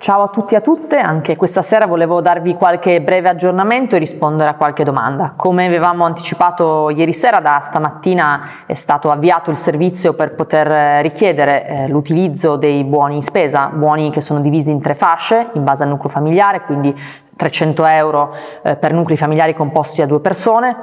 Ciao a tutti e a tutte, anche questa sera volevo darvi qualche breve aggiornamento e rispondere a qualche domanda. Come avevamo anticipato ieri sera, da stamattina è stato avviato il servizio per poter richiedere l'utilizzo dei buoni spesa, buoni che sono divisi in 3 fasce in base al nucleo familiare, quindi 300 euro per nuclei familiari composti da 2 persone,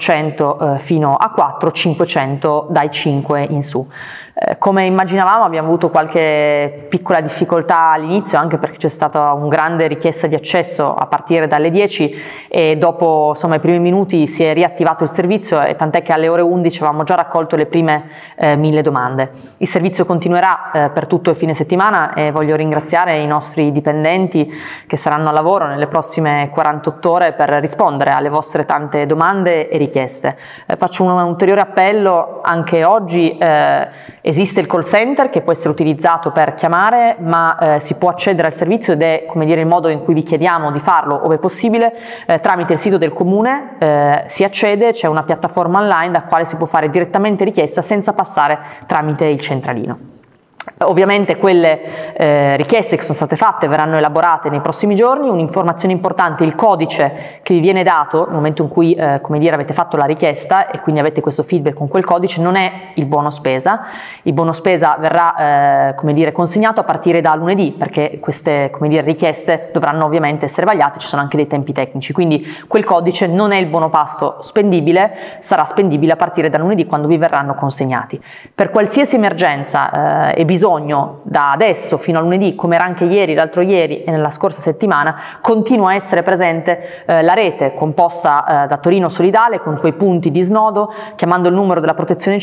400 fino a 4, 500 dai 5 in su. Come immaginavamo abbiamo avuto qualche piccola difficoltà all'inizio, anche perché c'è stata una grande richiesta di accesso a partire dalle 10 e dopo i primi minuti si è riattivato il servizio, e tant'è che alle ore 11 avevamo già raccolto le prime 1000 domande. Il servizio continuerà per tutto il fine settimana e voglio ringraziare i nostri dipendenti che saranno a lavoro nelle prossime 48 ore per rispondere alle vostre tante domande e richieste. Faccio un ulteriore appello: anche oggi esiste il call center che può essere utilizzato per chiamare, ma si può accedere al servizio, ed è il modo in cui vi chiediamo di farlo ove possibile, tramite il sito del comune si accede, c'è una piattaforma online da quale si può fare direttamente richiesta senza passare tramite il centralino. Ovviamente quelle richieste che sono state fatte verranno elaborate nei prossimi giorni. Un'informazione importante: il codice che vi viene dato nel momento in cui avete fatto la richiesta e quindi avete questo feedback con quel codice non è il buono spesa. Il buono spesa verrà consegnato a partire da lunedì, perché queste richieste dovranno ovviamente essere vagliate, ci sono anche dei tempi tecnici, quindi quel codice non è il buono pasto spendibile, sarà spendibile a partire da lunedì, quando vi verranno consegnati. Per qualsiasi emergenza e bisogno da adesso fino a lunedì, come era anche ieri, l'altro ieri e nella scorsa settimana, continua a essere presente la rete composta da Torino Solidale, con quei punti di snodo. Chiamando il numero della Protezione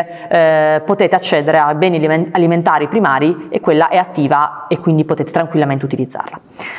Civile potete accedere a beni alimentari primari, e quella è attiva e quindi potete tranquillamente utilizzarla.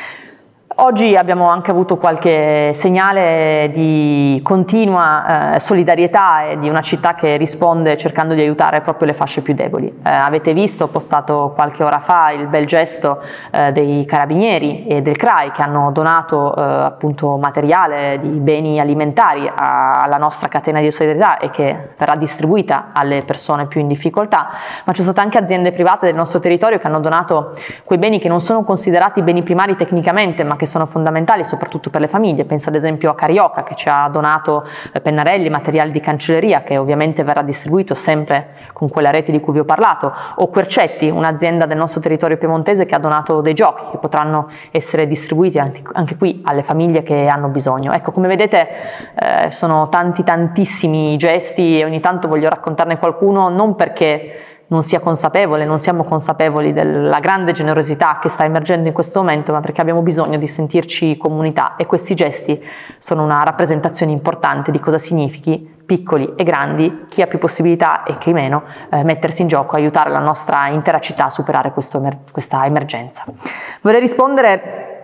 Oggi abbiamo anche avuto qualche segnale di continua solidarietà e di una città che risponde cercando di aiutare proprio le fasce più deboli. Avete visto, postato qualche ora fa, il bel gesto dei Carabinieri e del CRAI, che hanno donato appunto materiale di beni alimentari alla nostra catena di solidarietà e che verrà distribuita alle persone più in difficoltà. Ma ci sono state anche aziende private del nostro territorio che hanno donato quei beni che non sono considerati beni primari tecnicamente, ma che sono fondamentali soprattutto per le famiglie. Penso ad esempio a Carioca, che ci ha donato pennarelli, materiali di cancelleria, che ovviamente verrà distribuito sempre con quella rete di cui vi ho parlato, o Quercetti, un'azienda del nostro territorio piemontese che ha donato dei giochi che potranno essere distribuiti anche qui alle famiglie che hanno bisogno. Ecco, come vedete sono tantissimi gesti, e ogni tanto voglio raccontarne qualcuno, non perché non siamo consapevoli della grande generosità che sta emergendo in questo momento, ma perché abbiamo bisogno di sentirci comunità, e questi gesti sono una rappresentazione importante di cosa significhi, piccoli e grandi, chi ha più possibilità e chi meno, mettersi in gioco, aiutare la nostra intera città a superare questa emergenza. Vorrei rispondere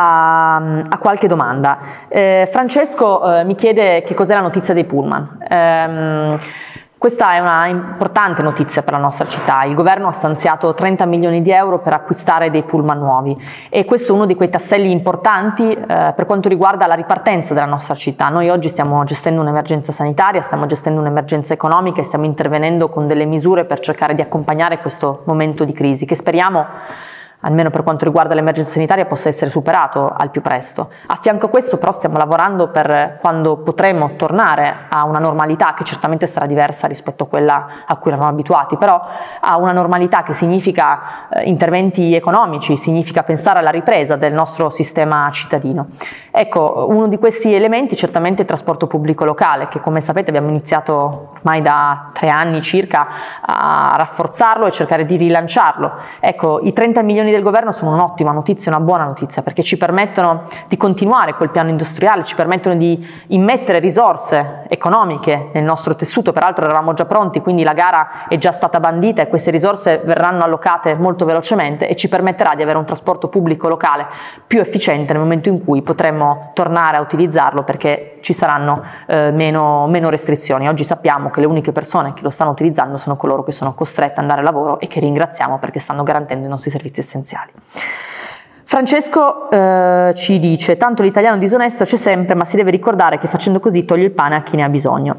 a qualche domanda. Francesco mi chiede che cos'è la notizia dei pullman. Questa è una importante notizia per la nostra città. Il governo ha stanziato 30 milioni di euro per acquistare dei pullman nuovi, e questo è uno di quei tasselli importanti per quanto riguarda la ripartenza della nostra città. Noi oggi stiamo gestendo un'emergenza sanitaria, stiamo gestendo un'emergenza economica e stiamo intervenendo con delle misure per cercare di accompagnare questo momento di crisi, che speriamo, almeno per quanto riguarda l'emergenza sanitaria, possa essere superato al più presto. A fianco a questo però stiamo lavorando per quando potremo tornare a una normalità che certamente sarà diversa rispetto a quella a cui eravamo abituati, però a una normalità che significa interventi economici, significa pensare alla ripresa del nostro sistema cittadino. Ecco, uno di questi elementi certamente è il trasporto pubblico locale, che come sapete abbiamo iniziato ormai da 3 anni circa a rafforzarlo e cercare di rilanciarlo. Ecco, i 30 milioni del governo sono un'ottima notizia, una buona notizia, perché ci permettono di continuare quel piano industriale, ci permettono di immettere risorse economiche nel nostro tessuto. Peraltro eravamo già pronti, quindi la gara è già stata bandita e queste risorse verranno allocate molto velocemente, e ci permetterà di avere un trasporto pubblico locale più efficiente nel momento in cui potremo tornare a utilizzarlo, perché ci saranno meno restrizioni. Oggi sappiamo che le uniche persone che lo stanno utilizzando sono coloro che sono costrette ad andare a lavoro, e che ringraziamo perché stanno garantendo i nostri servizi essenziali. Francesco ci dice: tanto l'italiano disonesto c'è sempre, ma si deve ricordare che facendo così toglie il pane a chi ne ha bisogno.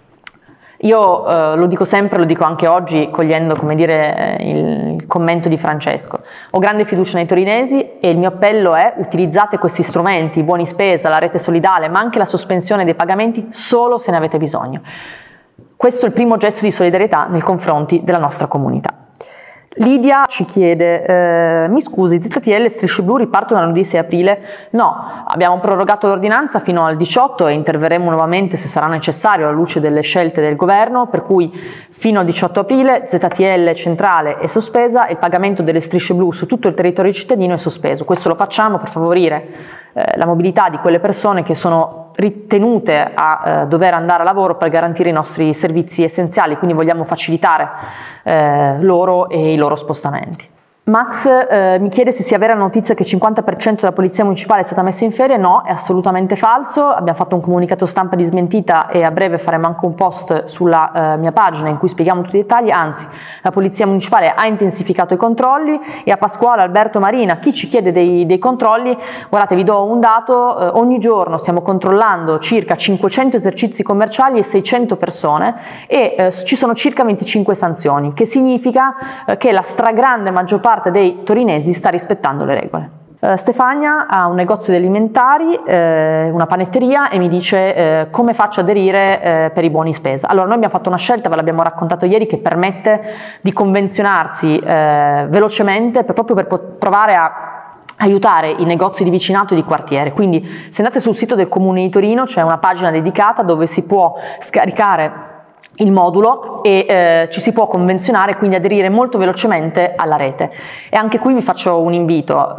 Io lo dico sempre, lo dico anche oggi, cogliendo il commento di Francesco. Ho grande fiducia nei torinesi e il mio appello è: utilizzate questi strumenti, i buoni spesa, la rete solidale, ma anche la sospensione dei pagamenti solo se ne avete bisogno. Questo è il primo gesto di solidarietà nei confronti della nostra comunità. Lidia ci chiede, mi scusi, ZTL e Strisce Blu ripartono dal lunedì 6 aprile? No, abbiamo prorogato l'ordinanza fino al 18 e interverremo nuovamente se sarà necessario alla luce delle scelte del governo, per cui fino al 18 aprile ZTL centrale è sospesa e il pagamento delle Strisce Blu su tutto il territorio cittadino è sospeso. Questo lo facciamo per favorire la mobilità di quelle persone che sono ritenute a dover andare a lavoro per garantire i nostri servizi essenziali, quindi vogliamo facilitare loro e i loro spostamenti. Max mi chiede se sia vera la notizia che il 50% della polizia municipale è stata messa in ferie. No, è assolutamente falso. Abbiamo fatto un comunicato stampa di smentita e a breve faremo anche un post sulla mia pagina in cui spieghiamo tutti i dettagli. Anzi, la polizia municipale ha intensificato i controlli e a Pasquale, Alberto, Marina, chi ci chiede dei controlli, guardate, vi do un dato: ogni giorno stiamo controllando circa 500 esercizi commerciali e 600 persone e ci sono circa 25 sanzioni, che significa che la stragrande maggior parte dei torinesi sta rispettando le regole. Stefania ha un negozio di alimentari, una panetteria, e mi dice come faccio ad aderire per i buoni spesa. Allora, noi abbiamo fatto una scelta, ve l'abbiamo raccontato ieri, che permette di convenzionarsi velocemente proprio per provare a aiutare i negozi di vicinato e di quartiere. Quindi se andate sul sito del Comune di Torino c'è una pagina dedicata dove si può scaricare il modulo e ci si può convenzionare, quindi aderire molto velocemente alla rete. E anche qui vi faccio un invito: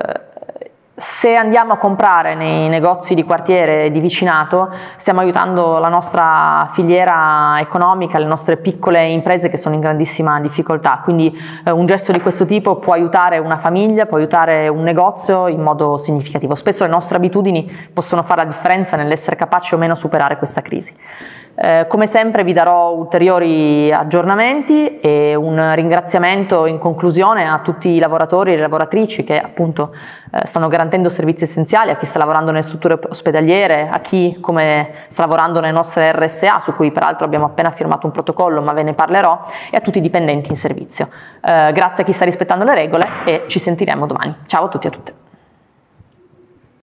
se andiamo a comprare nei negozi di quartiere di vicinato stiamo aiutando la nostra filiera economica, le nostre piccole imprese che sono in grandissima difficoltà, quindi un gesto di questo tipo può aiutare una famiglia, può aiutare un negozio in modo significativo. Spesso le nostre abitudini possono fare la differenza nell'essere capaci o meno a superare questa crisi. Come sempre vi darò ulteriori aggiornamenti e un ringraziamento in conclusione a tutti i lavoratori e le lavoratrici che appunto stanno garantendo servizi essenziali, a chi sta lavorando nelle strutture ospedaliere, a chi come sta lavorando nelle nostre RSA, su cui peraltro abbiamo appena firmato un protocollo ma ve ne parlerò, e a tutti i dipendenti in servizio. Grazie a chi sta rispettando le regole e ci sentiremo domani. Ciao a tutti e a tutte.